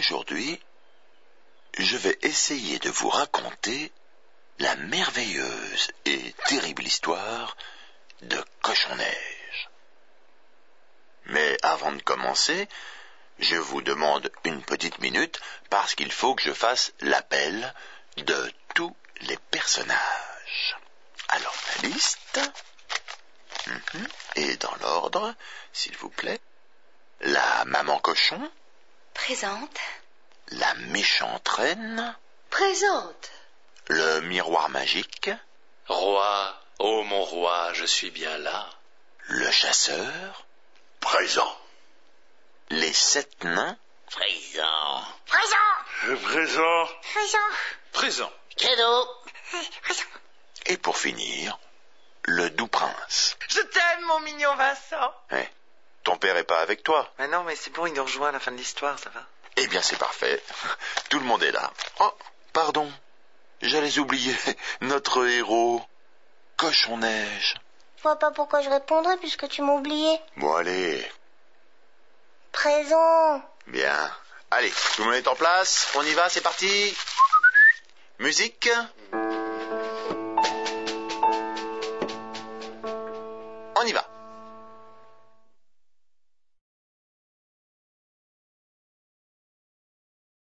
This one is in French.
Aujourd'hui, je vais essayer de vous raconter la merveilleuse et terrible histoire de Cochon-Neige. Mais avant de commencer, je vous demande une petite minute parce qu'il faut que je fasse l'appel de tous les personnages. Alors, la liste. Et dans l'ordre, s'il vous plaît. La maman cochon. Présente. La méchante reine. Présente. Le miroir magique. Roi, ô mon roi, je suis bien là. Le chasseur. Présent. Les 7 nains. Présent. Présent. Présent. Cadeau. Et pour finir, le doux prince. Je t'aime, mon mignon Vincent. Ton père est pas avec toi? Mais non, mais c'est bon, il nous rejoint à la fin de l'histoire, ça va. Eh bien, c'est parfait. Tout le monde est là. Oh, pardon. J'allais oublier notre héros, Cochon-Neige. Je vois pas pourquoi je répondrais puisque tu m'as oublié. Bon, allez. Présent. Bien. Allez, tout le monde est en place. On y va, c'est parti. Musique.